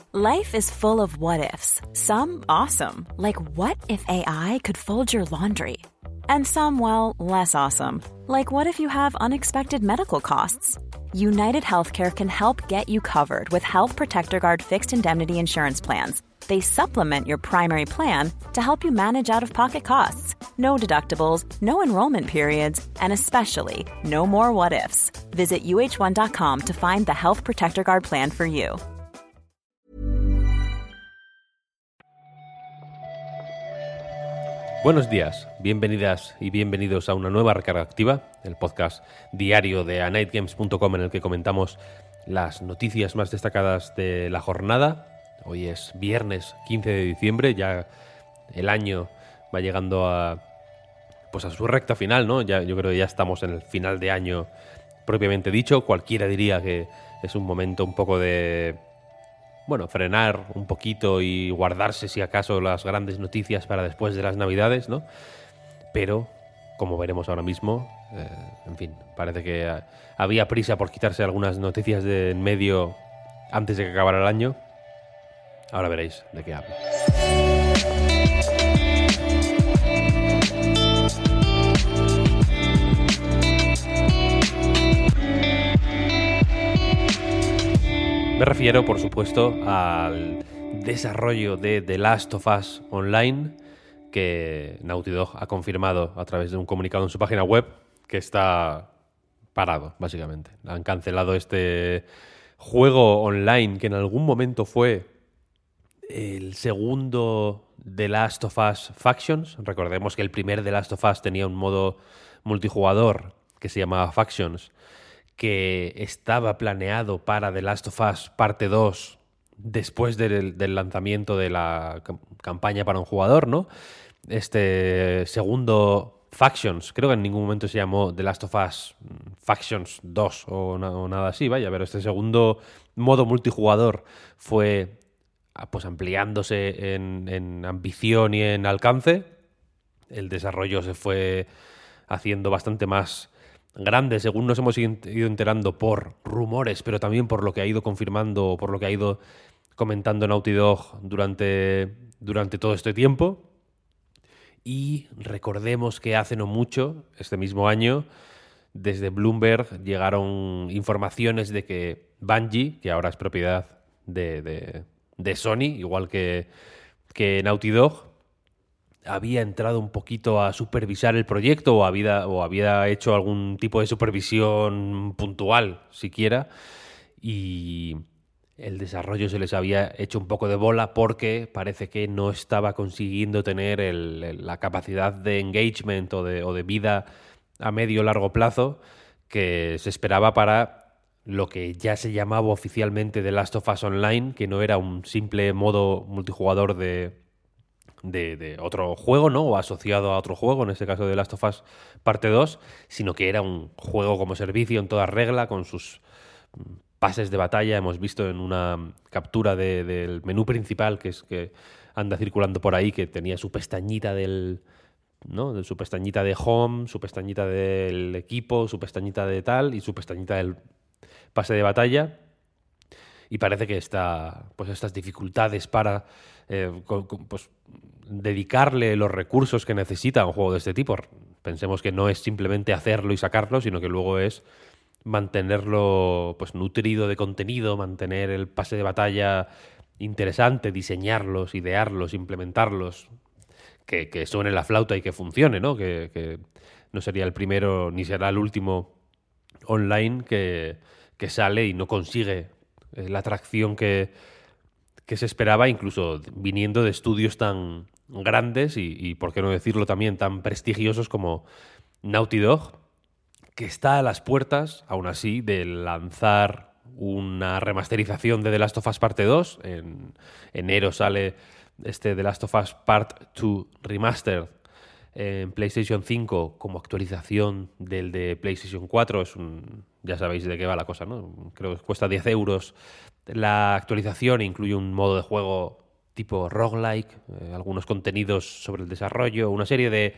Life is full of what-ifs. Some awesome, like what if AI could fold your laundry? And some, well, less awesome, like what if you have unexpected medical costs? United Healthcare can help get you covered with Health Protector Guard fixed indemnity insurance plans. They supplement your primary plan to help you manage out-of-pocket costs. No deductibles, no enrollment periods, and especially no more what-ifs. Visit uh1.com to find the Health Protector Guard plan for you. Buenos días, bienvenidas y bienvenidos a una nueva Recarga Activa, el podcast diario de anightgames.com en el que comentamos las noticias más destacadas de la jornada. Hoy es viernes 15 de diciembre, ya el año va llegando a su recta final, ¿no? Yo creo que ya estamos en el final de año propiamente dicho. Cualquiera diría que es un momento un poco de, frenar un poquito y guardarse si acaso las grandes noticias para después de las Navidades, ¿no? Pero, como veremos ahora mismo, parece que había prisa por quitarse algunas noticias de en medio antes de que acabara el año. Ahora veréis de qué hablo. Me refiero, por supuesto, al desarrollo de The Last of Us Online, que Naughty Dog ha confirmado a través de un comunicado en su página web que está parado, básicamente. Han cancelado este juego online que en algún momento fue el segundo The Last of Us Factions. Recordemos que el primer The Last of Us tenía un modo multijugador que se llamaba Factions, que estaba planeado para The Last of Us Parte 2 después del lanzamiento de la campaña para un jugador, ¿no? Este segundo Factions, creo que en ningún momento se llamó The Last of Us Factions 2 o nada así, vaya, pero este segundo modo multijugador fue ampliándose en ambición y en alcance. El desarrollo se fue haciendo bastante más grande, según nos hemos ido enterando por rumores, pero también por lo que ha ido confirmando, por lo que ha ido comentando Naughty Dog durante todo este tiempo. Y recordemos que hace no mucho, este mismo año, desde Bloomberg llegaron informaciones de que Bungie, que ahora es propiedad de Sony, igual que Naughty Dog, había entrado un poquito a supervisar el proyecto o había hecho algún tipo de supervisión puntual, siquiera, y el desarrollo se les había hecho un poco de bola porque parece que no estaba consiguiendo tener la capacidad de engagement o de vida a medio largo plazo que se esperaba para lo que ya se llamaba oficialmente The Last of Us Online, que no era un simple modo multijugador de otro juego, ¿no? O asociado a otro juego, en este caso de Last of Us Parte 2, sino que era un juego como servicio en toda regla, con sus pases de batalla. Hemos visto en una captura del menú principal que anda circulando por ahí, que tenía su pestañita su pestañita de home, su pestañita del equipo, su pestañita de tal y su pestañita del pase de batalla. Y parece que estas dificultades para dedicarle los recursos que necesita a un juego de este tipo. Pensemos que no es simplemente hacerlo y sacarlo, sino que luego es mantenerlo nutrido de contenido, mantener el pase de batalla interesante, diseñarlos, idearlos, implementarlos, que suene la flauta y que funcione, ¿no? Que no sería el primero ni será el último online que sale y no consigue la atracción que se esperaba, incluso viniendo de estudios tan grandes y, por qué no decirlo también, tan prestigiosos como Naughty Dog, que está a las puertas, aún así, de lanzar una remasterización de The Last of Us Parte 2. En enero sale The Last of Us Part 2 Remastered en PlayStation 5 como actualización del de PlayStation 4. Ya sabéis de qué va la cosa, ¿no? Creo que cuesta 10 euros la actualización e incluye un modo de juego tipo roguelike, algunos contenidos sobre el desarrollo, una serie de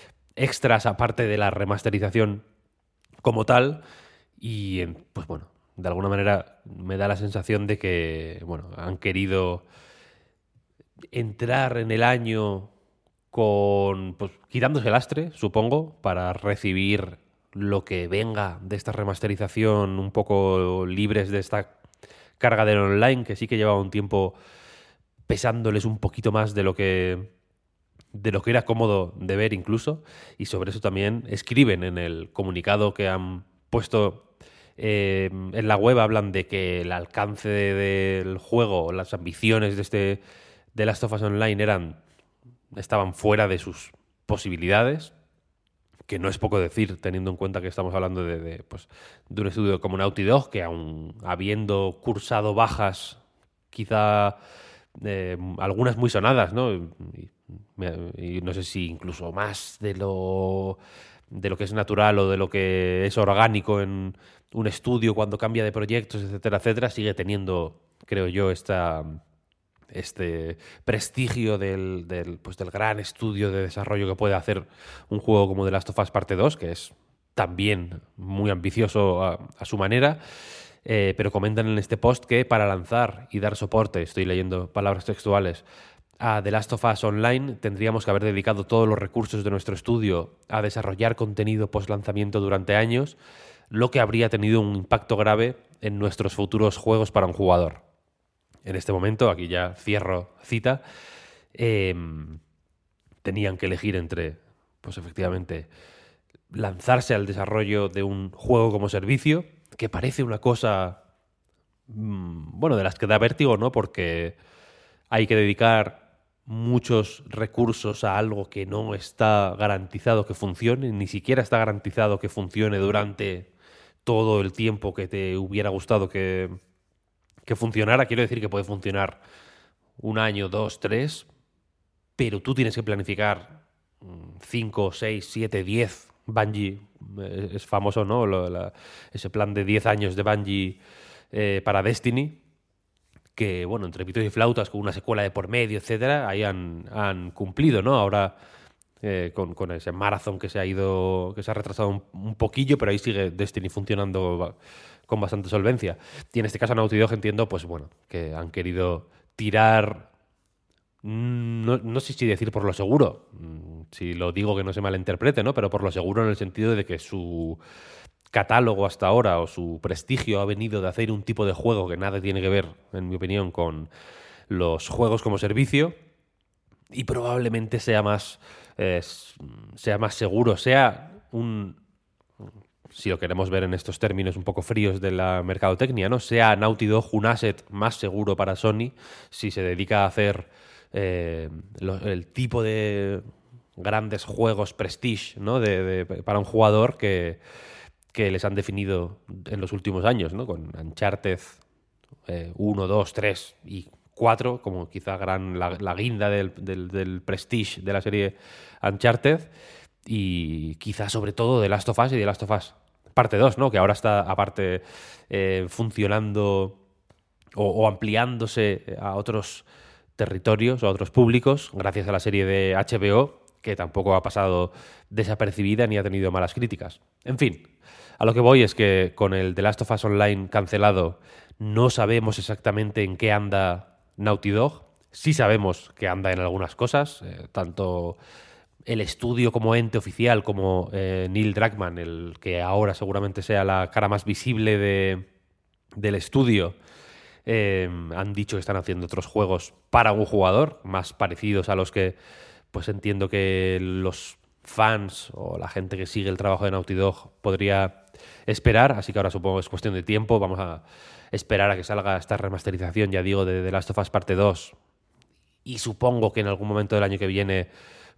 extras aparte de la remasterización como tal. Y de alguna manera me da la sensación de que, bueno, han querido entrar en el año con, pues, quitándose el lastre, supongo, para recibir lo que venga de esta remasterización, un poco libres de esta carga del online, que sí que llevaba un tiempo pesándoles un poquito más de lo que era cómodo de ver incluso, y sobre eso también escriben en el comunicado que han puesto en la web. Hablan de que el alcance del juego, las ambiciones de Last of Us Online estaban fuera de sus posibilidades, que no es poco decir teniendo en cuenta que estamos hablando pues, de un estudio como Naughty Dog, que aun habiendo cursado bajas, quizá algunas muy sonadas, ¿no? Y no sé si incluso más de lo que es natural o de lo que es orgánico en un estudio cuando cambia de proyectos, etcétera, etcétera, sigue teniendo, creo yo, este prestigio pues del gran estudio de desarrollo que puede hacer un juego como The Last of Us Parte 2, que es también muy ambicioso a su manera. Pero comentan en este post que para lanzar y dar soporte, estoy leyendo palabras textuales, a The Last of Us Online tendríamos que haber dedicado todos los recursos de nuestro estudio a desarrollar contenido post-lanzamiento durante años, lo que habría tenido un impacto grave en nuestros futuros juegos para un jugador. En este momento, aquí ya cierro cita, tenían que elegir entre, pues efectivamente, lanzarse al desarrollo de un juego como servicio, que parece una cosa, bueno, de las que da vértigo, ¿no? Porque hay que dedicar muchos recursos a algo que no está garantizado que funcione, ni siquiera está garantizado que funcione durante todo el tiempo que te hubiera gustado que funcionara. Quiero decir que puede funcionar 1 año, 2, 3, pero tú tienes que planificar 5, 6, 7, 10. Bungie es famoso, ¿no? Ese plan de 10 años de Bungie para Destiny, que, bueno, entre pitos y flautas, con una secuela de por medio, etcétera, ahí han cumplido, ¿no? Ahora con ese marathon que se ha retrasado un poquillo, pero ahí sigue Destiny funcionando con bastante solvencia. Y en este caso Naughty Dog, entiendo, pues bueno, que han querido tirar, no sé si decir por lo seguro, si lo digo que no se malinterprete, ¿no? Pero por lo seguro en el sentido de que su catálogo hasta ahora o su prestigio ha venido de hacer un tipo de juego que nada tiene que ver, en mi opinión, con los juegos como servicio, y probablemente sea más seguro, si lo queremos ver en estos términos un poco fríos de la mercadotecnia, ¿no? Sea Naughty Dog un asset más seguro para Sony si se dedica a hacer el tipo de grandes juegos prestige, ¿no? Para un jugador que les han definido en los últimos años, ¿no? Con Uncharted 1, 2, 3 y 4, como quizá la guinda del prestige de la serie Uncharted, y quizá sobre todo The Last of Us y The Last of Us Parte 2, ¿no? Que ahora está aparte funcionando o ampliándose a otros territorios o a otros públicos gracias a la serie de HBO, que tampoco ha pasado desapercibida ni ha tenido malas críticas. En fin, a lo que voy es que con el The Last of Us Online cancelado no sabemos exactamente en qué anda Naughty Dog. Sí sabemos que anda en algunas cosas, tanto el estudio como ente oficial, como Neil Druckmann, el que ahora seguramente sea la cara más visible del estudio, han dicho que están haciendo otros juegos para un jugador, más parecidos a los que pues entiendo que los fans o la gente que sigue el trabajo de Naughty Dog podría esperar, así que ahora supongo que es cuestión de tiempo. Vamos a esperar a que salga esta remasterización, ya digo, de The Last of Us Parte 2, y supongo que en algún momento del año que viene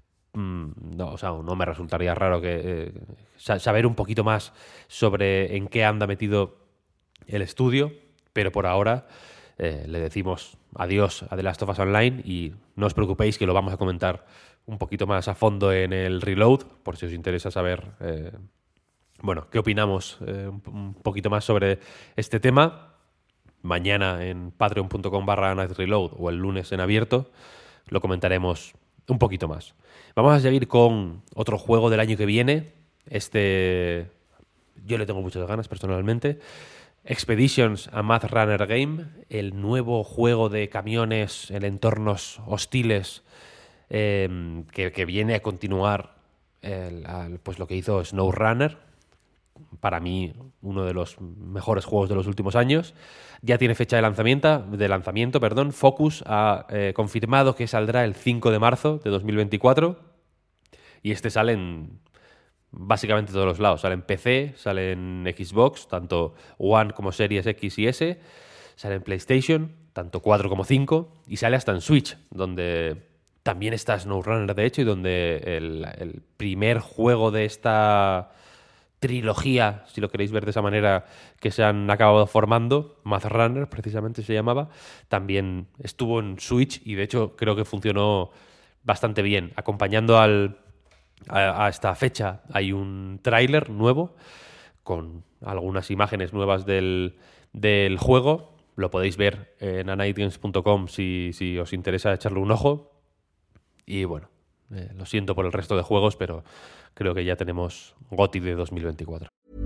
no me resultaría raro que saber un poquito más sobre en qué anda metido el estudio, pero por ahora le decimos adiós a The Last of Us Online y no os preocupéis que lo vamos a comentar un poquito más a fondo en el Reload, por si os interesa saber qué opinamos un poquito más sobre este tema. Mañana en patreon.com/nightreload o el lunes en abierto lo comentaremos un poquito más. Vamos a seguir con otro juego del año que viene. Yo le tengo muchas ganas personalmente. Expeditions, a Math Runner Game, el nuevo juego de camiones en entornos hostiles que viene a continuar pues lo que hizo SnowRunner. Para mí, uno de los mejores juegos de los últimos años. Ya tiene fecha de lanzamiento. Focus ha confirmado que saldrá el 5 de marzo de 2024. Y sale en básicamente todos los lados. Sale en PC, sale en Xbox, tanto One como Series X y S. Sale en PlayStation, tanto 4 como 5. Y sale hasta en Switch, donde también está SnowRunner, de hecho, y donde el primer juego de esta trilogía, si lo queréis ver de esa manera, que se han acabado formando, Math Runner precisamente se llamaba, también estuvo en Switch y de hecho creo que funcionó bastante bien. Acompañando a esta fecha hay un tráiler nuevo con algunas imágenes nuevas del juego. Lo podéis ver en anightgames.com si os interesa echarle un ojo. Y bueno, lo siento por el resto de juegos, pero creo que ya tenemos GOTY de 2024.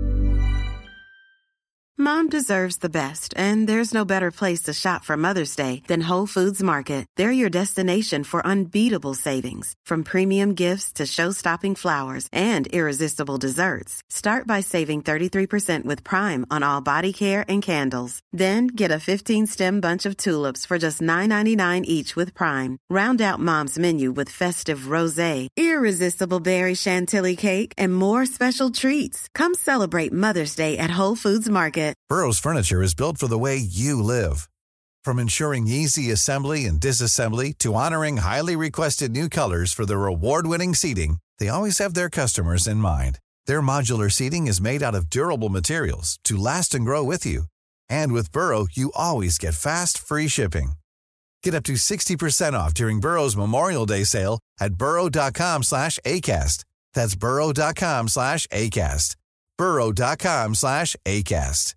Mom deserves the best, and there's no better place to shop for Mother's Day than Whole Foods Market. They're your destination for unbeatable savings, from premium gifts to show-stopping flowers and irresistible desserts. Start by saving 33% with Prime on all body care and candles. Then get a 15-stem bunch of tulips for just $9.99 each with Prime. Round out Mom's menu with festive rosé, irresistible berry chantilly cake, and more special treats. Come celebrate Mother's Day at Whole Foods Market. Burrow's furniture is built for the way you live. From ensuring easy assembly and disassembly to honoring highly requested new colors for their award-winning seating, they always have their customers in mind. Their modular seating is made out of durable materials to last and grow with you. And with Burrow, you always get fast, free shipping. Get up to 60% off during Burrow's Memorial Day sale at burrow.com/ACAST. That's burrow.com/ACAST. burrow.com/ACAST.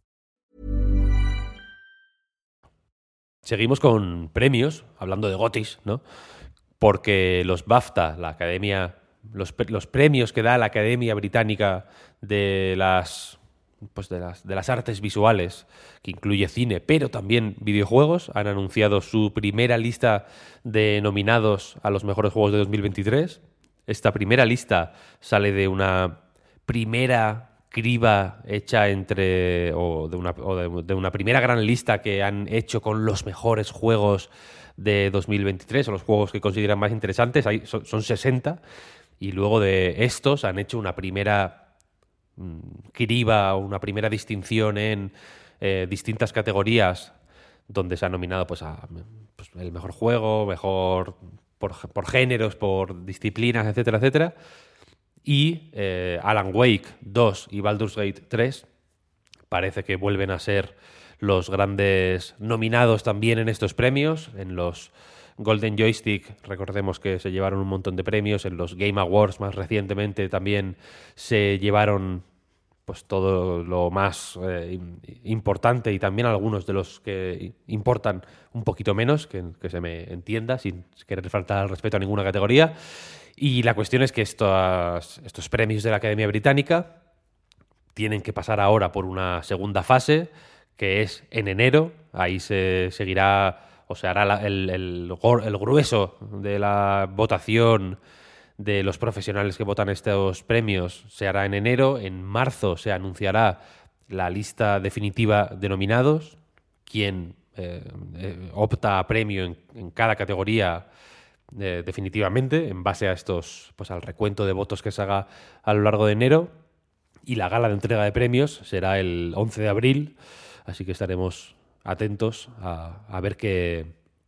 Seguimos con premios, hablando de GOTYs, ¿no? Porque los BAFTA, la academia, los premios que da la Academia Británica de las artes visuales, que incluye cine, pero también videojuegos, han anunciado su primera lista de nominados a los mejores juegos de 2023. Esta primera lista sale de una primera criba hecha de una primera gran lista que han hecho con los mejores juegos de 2023, o los juegos que consideran más interesantes. Son 60, y luego de estos han hecho una primera criba, una primera distinción en distintas categorías, donde se ha nominado el mejor juego, mejor por géneros, por disciplinas, etcétera, etcétera. Y Alan Wake 2 y Baldur's Gate 3 parece que vuelven a ser los grandes nominados también en estos premios. En los Golden Joystick, recordemos que se llevaron un montón de premios. En los Game Awards más recientemente también se llevaron pues todo lo más importante, y también algunos de los que importan un poquito menos, que se me entienda, sin querer faltar al respeto a ninguna categoría. Y la cuestión es que estos premios de la Academia Británica tienen que pasar ahora por una segunda fase, que es en enero. Ahí se seguirá o se hará el grueso de la votación de los profesionales que votan estos premios. Se hará en enero. En marzo se anunciará la lista definitiva de nominados, quien opta a premio en cada categoría definitivamente, en base a al recuento de votos que se haga a lo largo de enero. Y la gala de entrega de premios será el 11 de abril, así que estaremos atentos a ver qué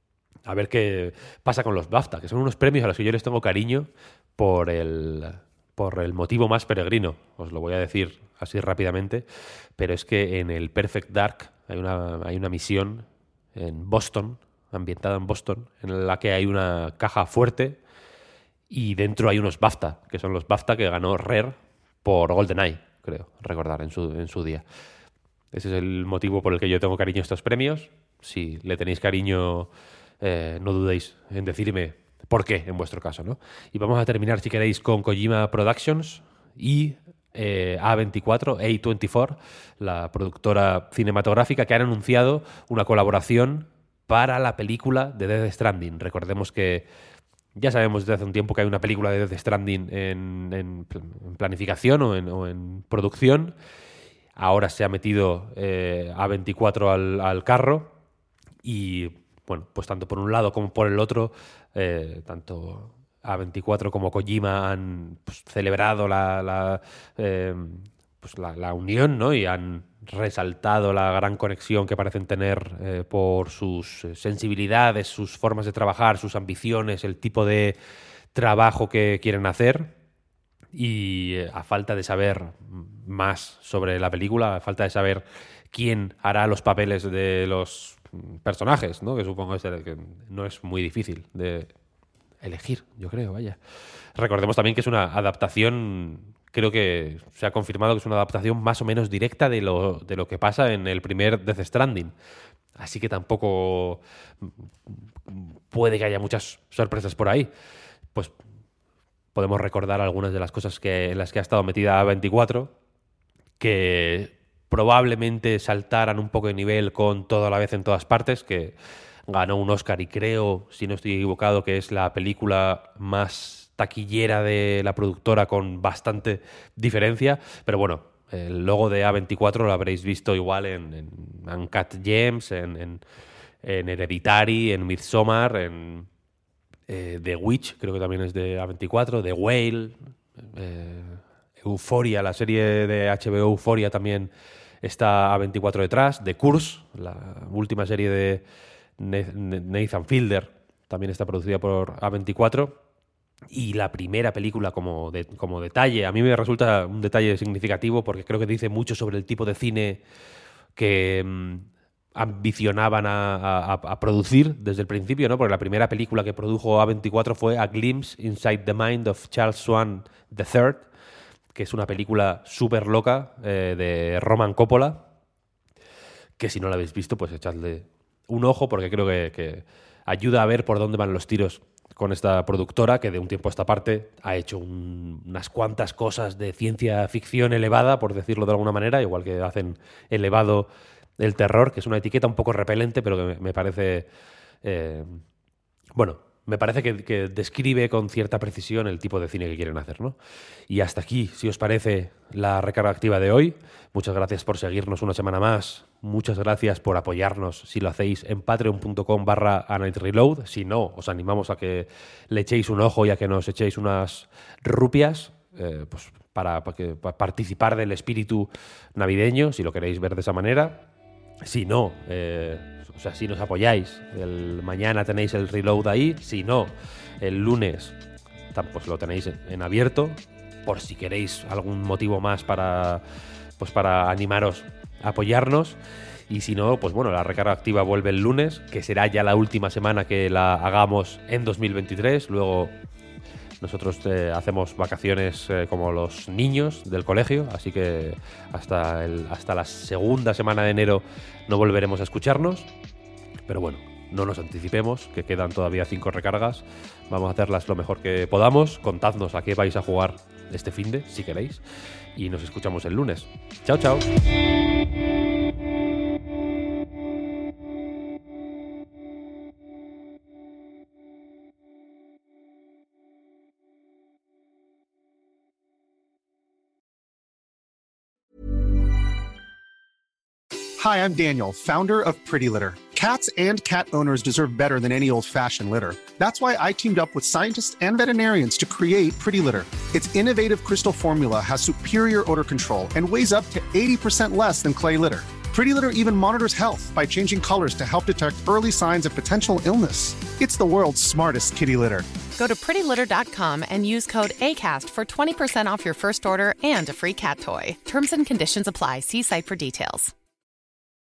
pasa con los BAFTA, que son unos premios a los que yo les tengo cariño por el motivo más peregrino. Os lo voy a decir así rápidamente, pero es que en el Perfect Dark hay una misión en Boston, ambientada en Boston, en la que hay una caja fuerte y dentro hay unos BAFTA, que son los BAFTA que ganó Rare por GoldenEye, creo recordar, en su día. Ese es el motivo por el que yo tengo cariño a estos premios. Si le tenéis cariño, no dudéis en decirme por qué en vuestro caso, ¿no? Y vamos a terminar, si queréis, con Kojima Productions y A24, la productora cinematográfica, que han anunciado una colaboración para la película de Death Stranding. Recordemos que ya sabemos desde hace un tiempo que hay una película de Death Stranding en planificación o en producción. Ahora se ha metido A24 al carro y, bueno, pues tanto por un lado como por el otro, tanto A24 como Kojima han celebrado la unión, ¿no? Y han resaltado la gran conexión que parecen tener por sus sensibilidades, sus formas de trabajar, sus ambiciones, el tipo de trabajo que quieren hacer. Y a falta de saber más sobre la película, a falta de saber quién hará los papeles de los personajes, ¿no? Que supongo que no es muy difícil de elegir, yo creo, vaya. Recordemos también que es una adaptación, creo que se ha confirmado que es una adaptación más o menos directa de lo que pasa en el primer Death Stranding. Así que tampoco puede que haya muchas sorpresas por ahí. Pues podemos recordar algunas de las cosas en las que ha estado metida A24, que probablemente saltaran un poco de nivel con Todo a la vez en todas partes, que ganó un Oscar y creo, si no estoy equivocado, que es la película más taquillera de la productora con bastante diferencia. Pero bueno, el logo de A24 lo habréis visto igual en Uncut Gems, en Hereditary, en Midsommar, en The Witch, creo que también es de A24, The Whale, Euphoria, la serie de HBO Euphoria también está A24 detrás, The Curse, la última serie de Nathan Fielder, también está producida por A24. Y la primera película como detalle, a mí me resulta un detalle significativo porque creo que dice mucho sobre el tipo de cine que ambicionaban a producir desde el principio, ¿no? Porque la primera película que produjo A24 fue A Glimpse Inside the Mind of Charles Swan III, que es una película súper loca de Roman Coppola, que si no la habéis visto, pues echadle un ojo porque creo que ayuda a ver por dónde van los tiros con esta productora que de un tiempo a esta parte ha hecho unas cuantas cosas de ciencia ficción elevada, por decirlo de alguna manera, igual que hacen elevado el terror, que es una etiqueta un poco repelente, pero que me parece... me parece que describe con cierta precisión el tipo de cine que quieren hacer, ¿no? Y hasta aquí, si os parece, la recarga activa de hoy. Muchas gracias por seguirnos una semana más. Muchas gracias por apoyarnos si lo hacéis en patreon.com/anightreload. Si no, os animamos a que le echéis un ojo y a que nos echéis unas rupias pues para participar del espíritu navideño, si lo queréis ver de esa manera. Si no, si nos apoyáis, mañana tenéis el reload ahí. Si no, el lunes pues lo tenéis en abierto, por si queréis algún motivo más para animaros a apoyarnos. Y si no, pues bueno, la recarga activa vuelve el lunes, que será ya la última semana que la hagamos en 2023. Luego nosotros hacemos vacaciones como los niños del colegio, así que hasta la segunda semana de enero no volveremos a escucharnos. Pero bueno, no nos anticipemos, que quedan todavía 5 recargas. Vamos a hacerlas lo mejor que podamos. Contadnos a qué vais a jugar este finde, si queréis. Y nos escuchamos el lunes. Chao, chao. Hi, I'm Daniel, founder of Pretty Litter. Cats and cat owners deserve better than any old-fashioned litter. That's why I teamed up with scientists and veterinarians to create Pretty Litter. Its innovative crystal formula has superior odor control and weighs up to 80% less than clay litter. Pretty Litter even monitors health by changing colors to help detect early signs of potential illness. It's the world's smartest kitty litter. Go to prettylitter.com and use code ACAST for 20% off your first order and a free cat toy. Terms and conditions apply. See site for details.